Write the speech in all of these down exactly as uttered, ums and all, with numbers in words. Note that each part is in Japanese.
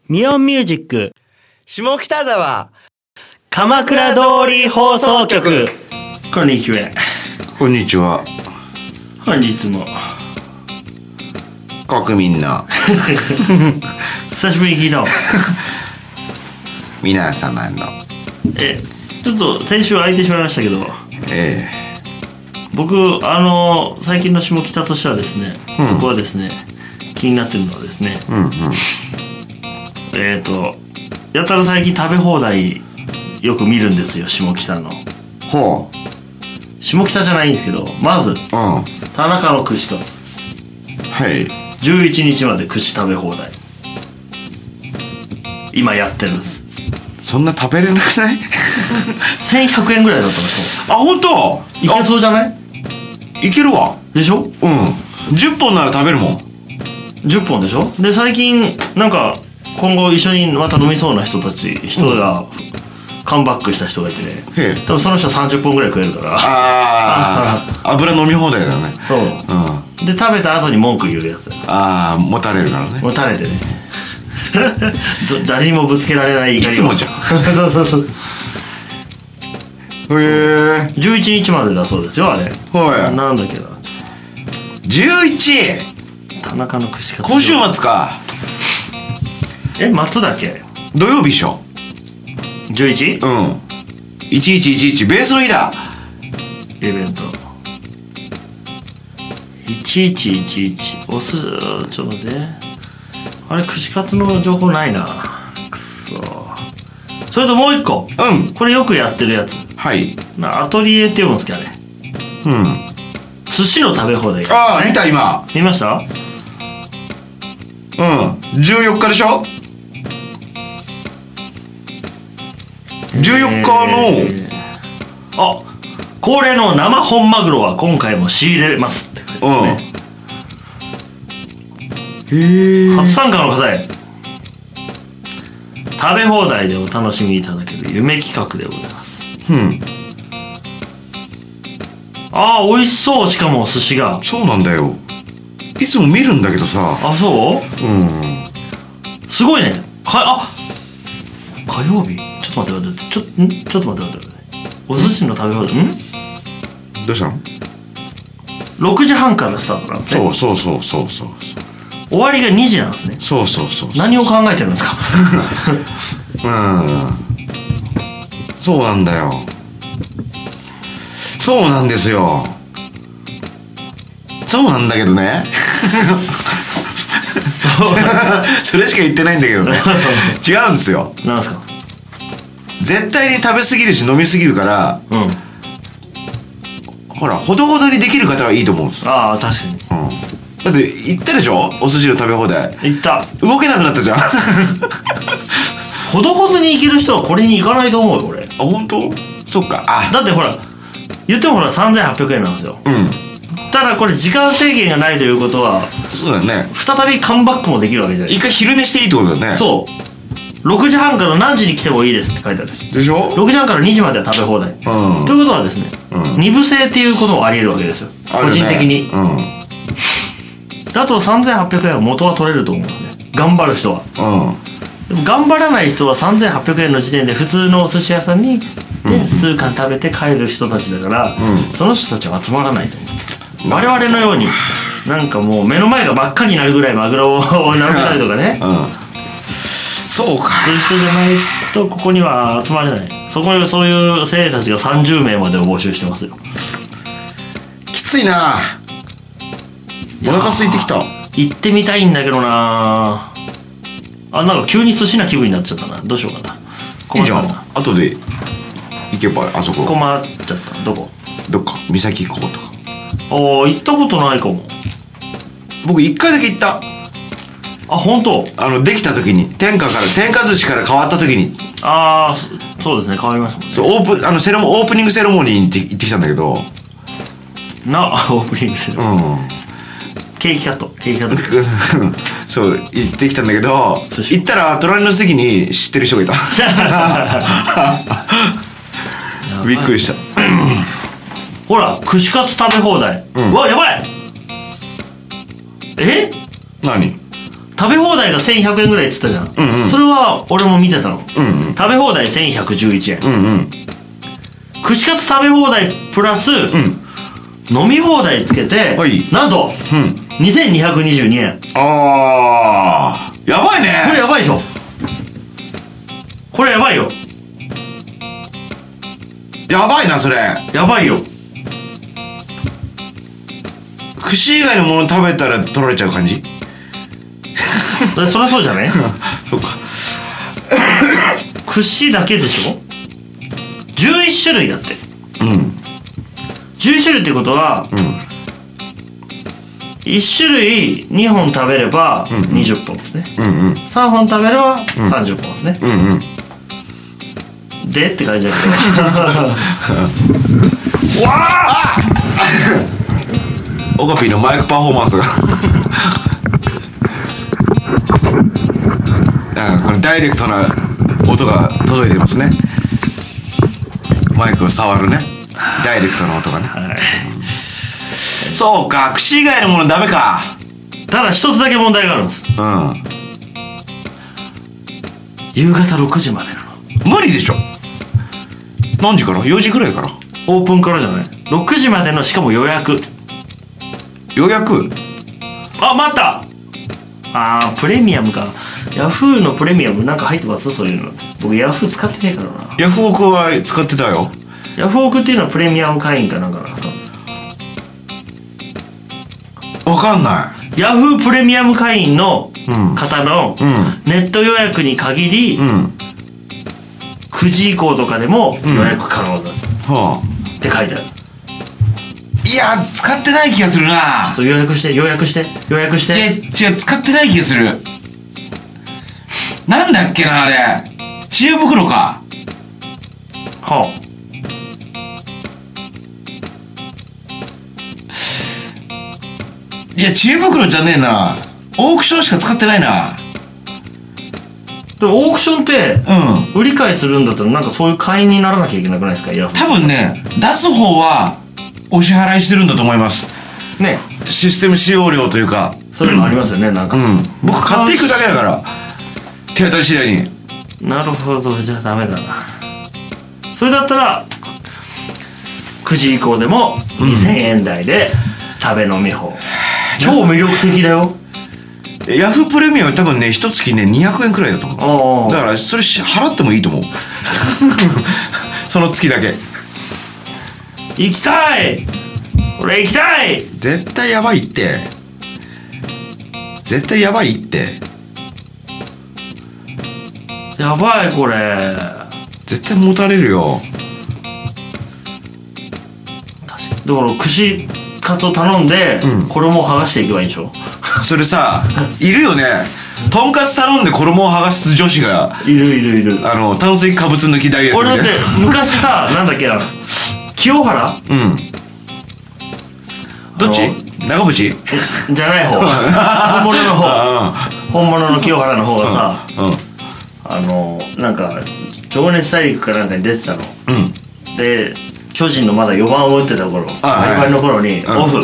ミオンミュージック下北沢鎌倉通り放送局。こんにちは。 こんにちは。 本日も国民の久しぶりに聞いたわ皆様のえちょっと先週空いてしまいましたけど、 え僕あの最近の下北としてはですね、うん、そこはですね気になってるのはですね、うんうん、えっ、ー、とやたら最近食べ放題よく見るんですよ、下北の。 ほう。 下北じゃないんですけど、まず、うん、田中の串カツ。 はい。 じゅういちにちまで串食べ放題。今やってるんです。 そんな食べれなくないせんひゃくえんぐらいだったらしい。 あ、本当？ いけそうじゃない？ いけるわ。 でしょ？ うん。じゅっぽんなら食べるもん。 じゅっぽんでしょ？で、最近、なんか、今後一緒にまた飲みそうな人たち、人が、うん、カムバックした人がいてね、多分その人はさんじゅっぽんぐらい食えるから。 ああ油飲み放題だね。 そう、うん、で食べた後に文句言うやつ。 ああもたれるからね。 もたれてね誰にもぶつけられない怒りを。 いつもじゃんそうそうそうへえ。 じゅういちにちまでだそうですよ、あれ。 はい。 なんだっけな、 じゅういち。 田中の串カツ。 今週末か。 え、末だっけ。 土曜日っしょ。 じゅういち？ うん。いちいちいちいちベースの日だ。 イベント。いちいちいちいちおす、ちょっと待って。あれ、串カツの情報ないな。くそ。それともう一個。 うん。これよくやってるやつ。 はい。 アトリエって読むんですか、あれ。 うん。寿司の食べ放題、ね。 ああ、見た今。 見ました？ うん。じゅうよっかでしょ？じゅうよっかの、えー、あ、恒例の生本マグロは今回も仕入れますって書いてますね。 うん、へえ。 初参加の方へ食べ放題でお楽しみいただける夢企画でございます。 うん。 ああ、美味しそう。しかも寿司が。 そうなんだよ。いつも見るんだけどさ。 あ、そう？うん。すごいね。か、あ、火曜日。ちょっと待って待って、ちょ、んちょっと待って待って待って。お寿司の食べ放題、んどうしたの？ ろくじはんからスタートなんですね。 そうそうそうそうそう。 終わりがにじなんですね。 そうそうそうそう。 何を考えてるんですかうん。そうなんだよ。そうなんですよ。そうなんだけどね。そうそれしか言ってないんだけどね。違うんですよ。 なんですか？ 絶対に食べ過ぎるし飲み過ぎるから、うん、ほらほどほどにできる方はいいと思うんです。 ああ、確かに、うん、 だって行ったでしょ、お寿司の食べ放題。 行った。 動けなくなったじゃんほどほどに行ける人はこれに行かないと思うよ俺。 あ、本当？そっか。あ、 だってほら言ってもほらさんぜんはっぴゃくえんなんですよ。うん。ただこれ時間制限がないということは、 そうだよね、 再びカムバックもできるわけじゃない。 一回昼寝していいってことだよね。そう、 ろくじはんから何時に来てもいいですって書いてあるし。 でしょ。 ろくじはんからにじまでは食べ放題、うん、ということはですね、うん、に部制っていうこともあり得るわけですよ、個人的に、うん、だとさんぜんはっぴゃくえんは元は取れると思うね、頑張る人は、うん、でも頑張らない人はさんぜんはっぴゃくえんの時点で普通のお寿司屋さんにで数貫食べて帰る人たちだから、うん、その人たちは集まらないと思う。我々のようになんかもう目の前が真っ赤になるぐらいマグロを並べたりとかね、うん、そうか、そういう人じゃないとここには集まれない。そこにそういう精鋭たちがさんじゅうめいまでを募集してますよ。 きついな。お腹空いてきた。 行ってみたいんだけどなあ。なんか急に寿司な気分になっちゃったな。どうしようかな。 いいじゃん、後で行けば。あそこ困っちゃった。どこ？ どっか岬行こうとか。 ああ、行ったことないかも。 僕一回だけ行った。 あ、本当？ あのできた時に、天下から天下寿司から変わった時に。 ああ、そうですね、変わりましたもんね。 そう、オープンあのセレモオープニングセレモニーに行って行ってきたんだけど。 な、オープニングセレモニー。うん。ケーキカット、ケーキカット。 そう行ってきたんだけど、行ったら隣の席に知ってる人がいた。びっくりした。 ほら、串カツ食べ放題、うん、うわ、やばい。え？ 何？ 食べ放題がせんひゃくえんぐらいっつったじゃん、 うんうん、 それは俺も見てたの、 うんうん、 食べ放題せんひゃくじゅういちえん、 うんうん、 串カツ食べ放題プラス、うん、飲み放題つけて、はい、なんと、うん、にせんにひゃくにじゅうにえん。 あー、やばいね。 これやばいでしょ。これやばいよ。 やばいな、それ。 やばいよ。 串以外のもの食べたら取られちゃう感じ。 それそりゃそうじゃね。 そうか。 串だけでしょ。じゅういっしゅるいだって。 うん。 じゅういっしゅるいってことは、うん、いっしゅるいにほん食べればにじゅっぽんですね、うんうん、さんぼん食べればさんじゅっぽんですね、うんうんうん、でって感じだけどわあオカピーのマイクパフォーマンスがこのダイレクトな音が届いてますね。マイクを触るねダイレクトな音がね、はい、そうか、串以外のものダメか。 ただ一つだけ問題があるんです。うん。夕方ろくじまでなの。無理でしょ。何時から？よじぐらいから。 オープンからじゃない。ろくじまでの、しかも予約。 予約？ あ、待った。あー、プレミアムか。ヤフーのプレミアムなんか入ってます？そういうの。僕ヤフー使ってねえからな。 ヤフオクは使ってたよ。 ヤフオクっていうのはプレミアム会員かなんかなんですか？ わかんない。 ヤフープレミアム会員の方のネット予約に限り、うん、くじ以降とかでも予約可能だ、うんはあ、って書いてある。 いや使ってない気がするな。 ちょっと予約して予約して予約して。 いや違う、使ってない気がする。なんだっけなあれ、知恵袋か。 はあ。 いや知恵袋じゃねえな。オークションしか使ってないな。 でもオークションって売り買いするんだったらなんかそういう会員にならなきゃいけなくないですか？いや多分ね、出す方はお支払いしてるんだと思いますね。システム使用料というかそういうのありますよね。なんか、 うん、僕買っていくだけだから手当たり次第に。 なるほど、じゃあダメだな。それだったらくじ以降でもにせんえん台で食べ飲み放、うん、超魅力的だよ。 ヤフープレミアム多分ね一月ねにひゃくえんくらいだと思う。だからそれ払ってもいいと思うその月だけ。 行きたい、俺行きたい。 絶対やばいって、絶対やばいって、 やばいこれ。 絶対持たれるよ。 確かに。だから串カツを頼んで、うん、衣を剥がしていけばいいでしょ。 それさいるよね。とんかつ頼んで衣を剥がす女子がいるいるいる。 あの炭水化物抜きダイエットみたいな。 俺だって昔さなんだっけな、清原、 うんどっち？長渕？ じゃない方本物の方本物の清原の方がさ、うんうん、あのなんか情熱大陸かなんかに出てたの、うん、で巨人のまだよばんを打ってた頃、バリバリの頃にオフ、うん、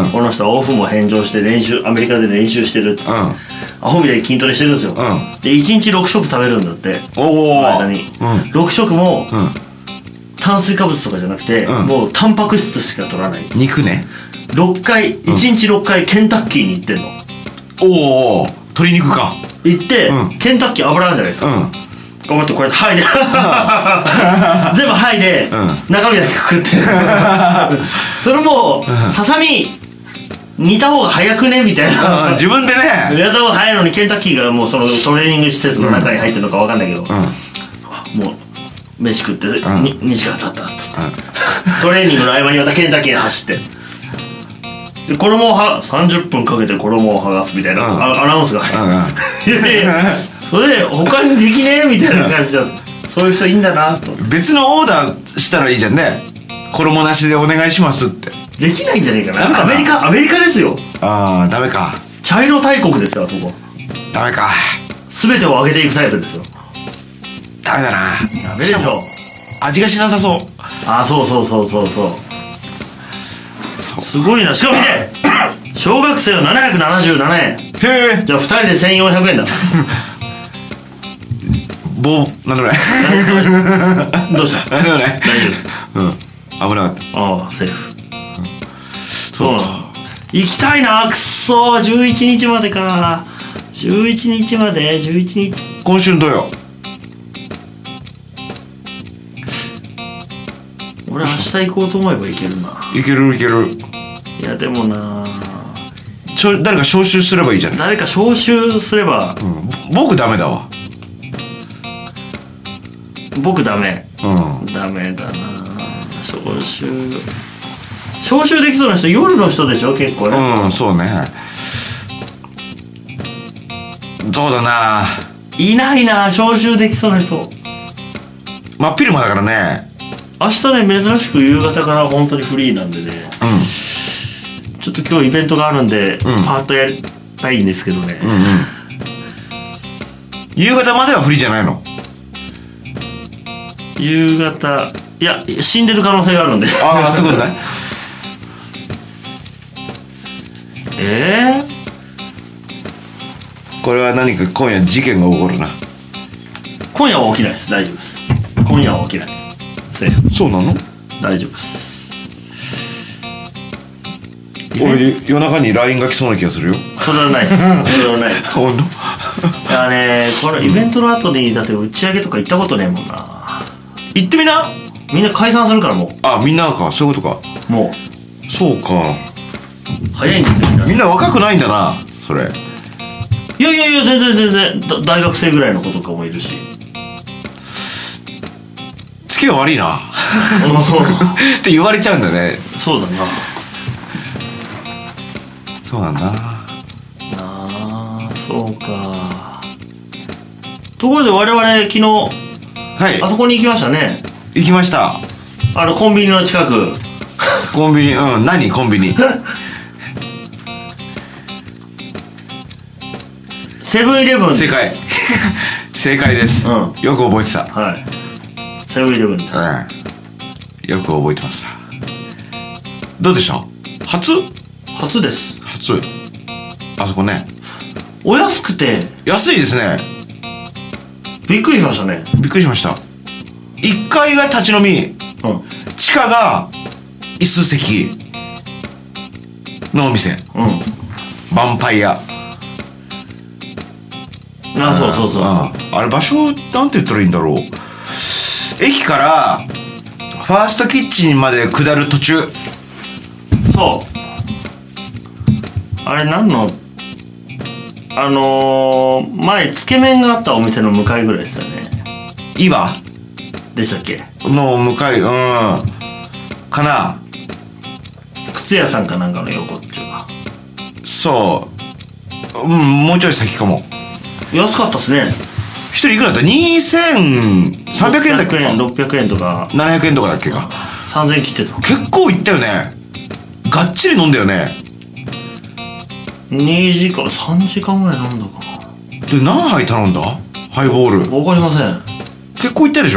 この人はオフも返上して練習、アメリカで練習してるっつって、うん、アホみたいに筋トレしてるんですよ、うん、でいちにちろくしょく食べるんだって。おお間に、うん、ろくしょくも、うん、炭水化物とかじゃなくて、うん、もうタンパク質しか取らない。 肉ね。 ろっかい、いちにちろっかいケンタッキーに行ってんの。 おお鶏肉か。 行って、うん、ケンタッキー油あるじゃないですか、うん、頑張ってこうやって剥いで全部剥いで、うん、中身だけ食ってそれもささみ煮た方が早くねみたいな、 うん、自分でね煮た方が早いのにケンタッキーがもうそのトレーニング施設の中に入ってるのか分かんないけど、うん、もう飯食って、うん、に, にじかん経ったっつって、うん、トレーニングの合間にまたケンタッキーに走ってで衣をはさんじゅっぷんかけて衣を剥がすみたいな、うん、アナウンスが入って、うん、でそれ他にできねえみたいな感じだ。そういう人いいんだなと。別のオーダーしたらいいじゃんね。衣なしでお願いしますって。 できないんじゃねえかな。アメリカアメリカですよ。 ああダメか。 茶色大国ですよあそこ。 ダメか。 全てを上げていくタイプですよ。 ダメだな。 ダメでしょ。 味がしなさそう。 ああそうそうそうそうそう。すごいな。しかも見て小学生はななひゃくななじゅうななえん。 へえ。 じゃあふたりでせんよんひゃくえんだ。 棒なんでもないどうした？ なんでもない大丈夫です。 うん危なかった。 ああセーフ、うん、 そうか。 行きたいな。くっそじゅういちにちまでか。じゅういちにちまでじゅういちにち今週の土曜。 俺明日行こうと思えば行けるな。 いけるいける。 いやでもな、 ちょ誰か招集すればいいじゃん。 誰か招集すれば、 うん、僕ダメだわ。 僕ダメ、うん、ダメだな。招集招集できそうな人夜の人でしょ結構ね。 うんそうね。そうだな。 いないな招集できそうな人。 真っ昼間だからね。 明日ね珍しく夕方から本当にフリーなんでね、うん、ちょっと今日イベントがあるんで、うん、パーッとやりたいんですけどね、うんうん、 夕方まではフリーじゃないの？ 夕方いや死んでる可能性があるんで。 ああそういうことね。 えー、これは何か今夜事件が起こるな。 今夜は起きないです。大丈夫です。今夜は起きない。セーフ。 そうなの？ 大丈夫です。 俺夜中に ライン が来そうな気がするよ。 それはないです。それはないです。 本当？ いやねこのイベントの後にだって打ち上げとか行ったことねえもんな。 行ってみな。 みんな解散するからもう。 あみんなかそういうことか。 もうそうか。 早いんですよ。 みんな若くないんだなそれ。 いやいやいや全然全然大学生ぐらいの子とかもいるし。 つきが悪いなって言われちゃうんだね。 そうだな。 そうなんだな。 あそうか。ところで我々昨日、はい、あそこに行きましたね。 行きました。 あのコンビニの近く。 コンビニうん何コンビニセブンイレブン。 正解正解です、うん、よく覚えてた。 はいセブンイレブンです、 うん、よく覚えてました。どうでした？初？ 初です。 初。あそこねお安くて安いですね。 びっくりしましたね。 びっくりしました。いっかいが立ち飲み、うん、地下が椅子席のお店、うん、ヴァンパイア。 あそうそうそうそう。 あ, あれ場所なんて言ったらいいんだろう。駅からファーストキッチンまで下る途中。 そうあれ何のあのー、前つけ麺があったお店の向かいぐらいですよね。 岩でしたっけの向かいうんかな。 靴屋さんかなんかの横っちゅうか。 そううんもうちょい先かも。 安かったっすね。 一人いくらだった？にせんさんびゃくえんだっけか。 ろっぴゃくえんとかななひゃくえんとかだっけか。 さんぜんえん切ってた。 結構いったよね。がっちり飲んだよね。 にじかんさんじかんぐらい飲んだかな。 で何杯頼んだ？ハイボール分かりません。 結構いったでしょ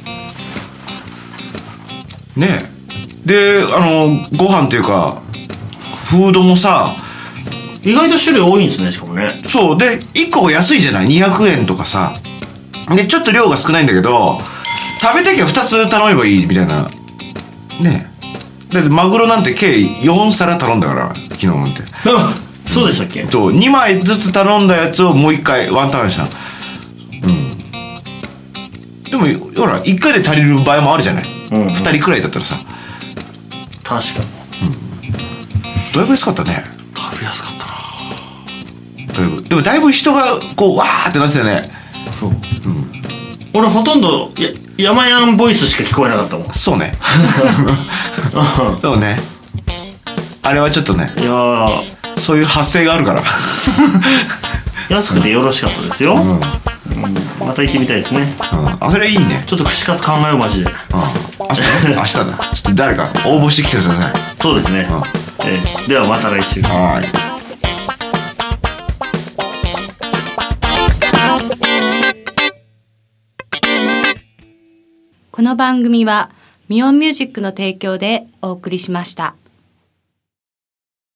ねえ。であのご飯っていうかフードもさ意外と種類多いんですね。しかもね。 そうでいっこが安いじゃない。にひゃくえんとかさでちょっと量が少ないんだけど食べたきゃふたつ頼めばいいみたいなねえ。だってマグロなんて計よんさら頼んだから昨日なんてそうでしたっけ。 そうにまいずつ頼んだやつをもういっかいワンタンした。うんでもほらいっかいで足りる場合もあるじゃない、うんうん、ふたりくらいだったらさ。 確かに、うん、 だいぶ安かったね。 だいぶ安かったな。 だいぶでもだいぶ人がこうわーってなってたよね。 そう、うん、俺ほとんどや山やんボイスしか聞こえなかったもん。 そうねそうねあれはちょっとねいやそういう発声があるから安くてよろしかったですよ、うんうん、また行ってみたいですね、 うん、あそれいいね。 ちょっと串カツ考えようマジで、うん、 明日ね明日だちょっと誰か応募してきてください。 そうですね、うんえー、ではまた来週。 はい。 この番組はミオンミュージックの提供でお送りしました。